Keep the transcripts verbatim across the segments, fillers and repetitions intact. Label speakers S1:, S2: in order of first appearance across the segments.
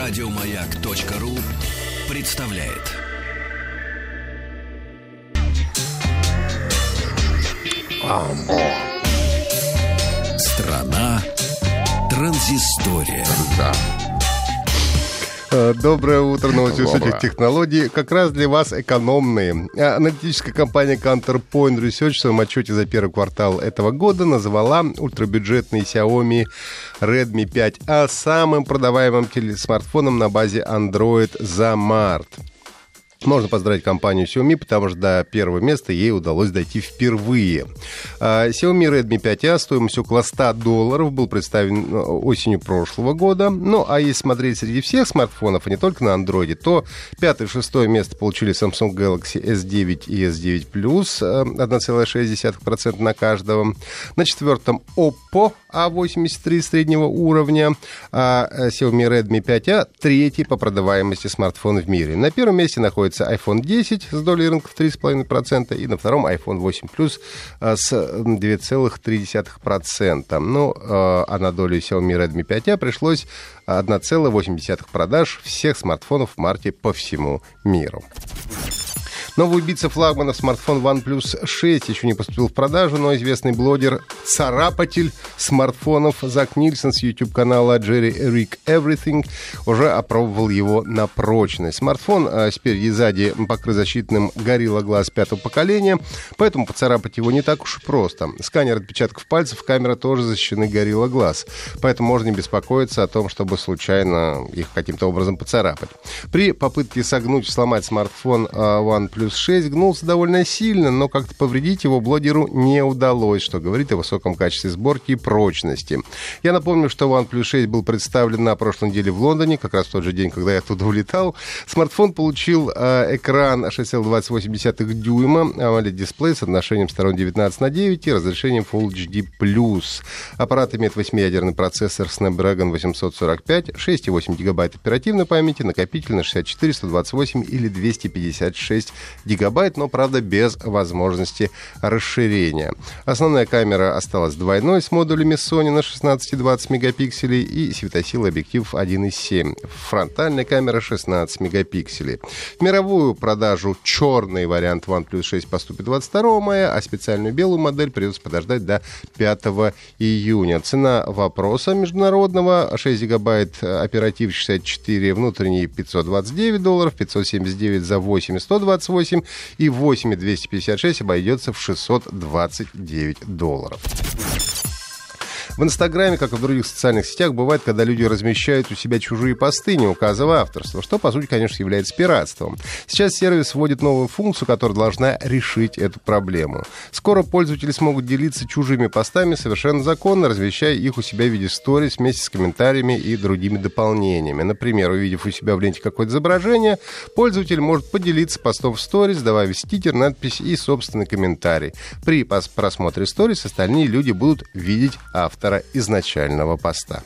S1: Радиомаяк.ру представляет. Страна транзистория.
S2: Да. Доброе утро, новости высоких технологий. Как раз для вас экономные. Аналитическая компания Counterpoint Research в своем отчете за первый квартал этого года назвала ультрабюджетный Xiaomi Redmi пять а самым продаваемым телесмартфоном на базе Android за март. Можно поздравить компанию Xiaomi, потому что до первого места ей удалось дойти впервые. Xiaomi Redmi пять а стоимостью около сто долларов был представлен осенью прошлого года. Ну, а если смотреть среди всех смартфонов, а не только на Android, то пятое и шестое место получили Samsung Galaxy эс девять и эс девять плюс, одна целая шесть десятых процента на каждого. На четвертом Oppo а восемьдесят три среднего уровня, а Xiaomi Redmi пять а третий по продаваемости смартфон в мире. На первом месте находится айфон десять с долей рынка в три целых пять десятых процента и на втором айфон восемь плюс с две целых три десятых процента. Ну, а на долю Xiaomi Redmi пять а пришлось одна целая восемь десятых продаж всех смартфонов в марте по всему миру. Новый убийца флагманов смартфон OnePlus шесть еще не поступил в продажу, но известный блогер, царапатель смартфонов Зак Нильсон с YouTube-канала Jerry Rig Everything уже опробовал его на прочность. Смартфон а, спереди и сзади покрыт защитным Gorilla Glass пятого поколения, поэтому поцарапать его не так уж и просто. Сканер отпечатков пальцев, камера тоже защищены Gorilla Glass, поэтому можно не беспокоиться о том, чтобы случайно их каким-то образом поцарапать. При попытке согнуть, сломать смартфон а, OnePlus шесть гнулся довольно сильно, но как-то повредить его блогеру не удалось, что говорит о высоком качестве сборки и прочности. Я напомню, что OnePlus шесть был представлен на прошлой неделе в Лондоне, как раз в тот же день, когда я оттуда улетал. Смартфон получил э, экран шесть целых двадцать восемь десятых дюйма, AMOLED-дисплей с отношением сторон девятнадцать на девять и разрешением Full эйч ди плюс. Аппарат имеет восьмиядерный процессор Snapdragon восемьсот сорок пять, шесть и восемь гигабайт оперативной памяти, накопитель на шестьдесят четыре, сто двадцать восемь или двести пятьдесят шесть гигабайт, но, правда, без возможности расширения. Основная камера осталась двойной с модулями Sony на шестнадцать и двадцать мегапикселей и светосилой объектив один и семь. Фронтальная камера шестнадцать мегапикселей. В мировую продажу черный вариант OnePlus шесть поступит двадцать второго мая, а специальную белую модель придется подождать до пятого июня. Цена вопроса международного: шесть гигабайт оператив шестьдесят четыре, внутренний пятьсот двадцать девять долларов, пятьсот семьдесят девять за восемь, сто двадцать восемь и восемь двести пятьдесят шесть обойдется в шестьсот двадцать девять долларов. В Инстаграме, как и в других социальных сетях, бывает, когда люди размещают у себя чужие посты, не указывая авторство, что, по сути, конечно, является пиратством. Сейчас сервис вводит новую функцию, которая должна решить эту проблему. Скоро пользователи смогут делиться чужими постами совершенно законно, размещая их у себя в виде сторис вместе с комментариями и другими дополнениями. Например, увидев у себя в ленте какое-то изображение, пользователь может поделиться постом в сторис, добавив стикер, надпись и собственный комментарий. При просмотре сторис остальные люди будут видеть автора изначального поста.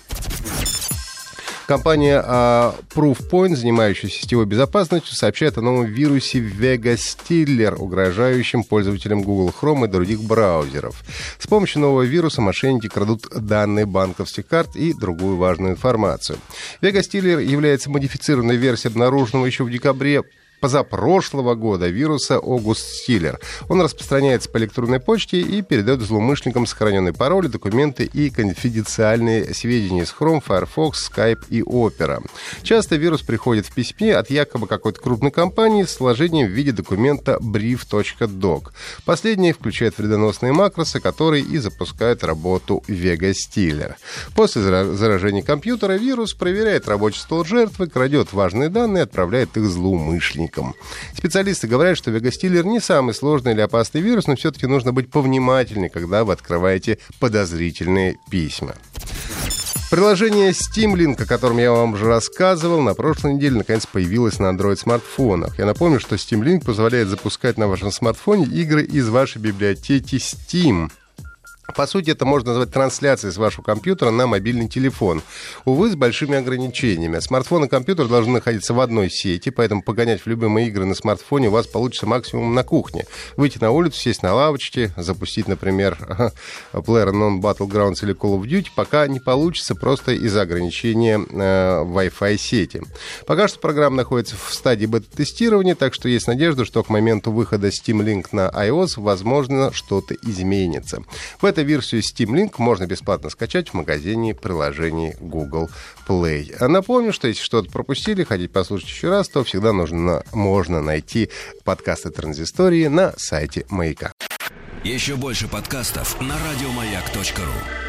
S2: Компания uh, Proofpoint, занимающаяся сетевой безопасностью, сообщает о новом вирусе Vega-Stealer, угрожающем пользователям Google Chrome и других браузеров. С помощью нового вируса мошенники крадут данные банковских карт и другую важную информацию. Vega-Stealer является модифицированной версией обнаруженного еще в декабре позапрошлого года вируса August Stealer. Он распространяется по электронной почте и передает злоумышленникам сохраненные пароли, документы и конфиденциальные сведения из Chrome, Firefox, Skype и Opera. Часто вирус приходит в письме от якобы какой-то крупной компании с сложением в виде документа brief точка doc. Последний включает вредоносные макросы, которые и запускают работу Vega Stealer. После заражения компьютера вирус проверяет рабочий стол жертвы, крадет важные данные и отправляет их злоумышленникам. Специалисты говорят, что Vega Stealer не самый сложный или опасный вирус, но все-таки нужно быть повнимательнее, когда вы открываете подозрительные письма. Приложение Steam Link, о котором я вам уже рассказывал, на прошлой неделе наконец появилось на Android-смартфонах. Я напомню, что Steam Link позволяет запускать на вашем смартфоне игры из вашей библиотеки Steam. По сути, это можно назвать трансляцией с вашего компьютера на мобильный телефон. Увы, с большими ограничениями. Смартфон и компьютер должны находиться в одной сети, поэтому погонять в любимые игры на смартфоне у вас получится максимум на кухне. Выйти на улицу, сесть на лавочке, запустить, например, PlayerUnknown's Battlegrounds или Call of Duty, пока не получится просто из-за ограничения э, Wi-Fi сети. Пока что программа находится в стадии бета-тестирования, так что есть надежда, что к моменту выхода Steam Link на iOS, возможно, что-то изменится. В этой версию Steam Link можно бесплатно скачать в магазине приложений Google Play. А напомню, что если что-то пропустили, хотите послушать еще раз, то всегда нужно, можно найти подкасты Транзистории на сайте Маяка.
S1: Еще больше подкастов на радиомаяк точка ру.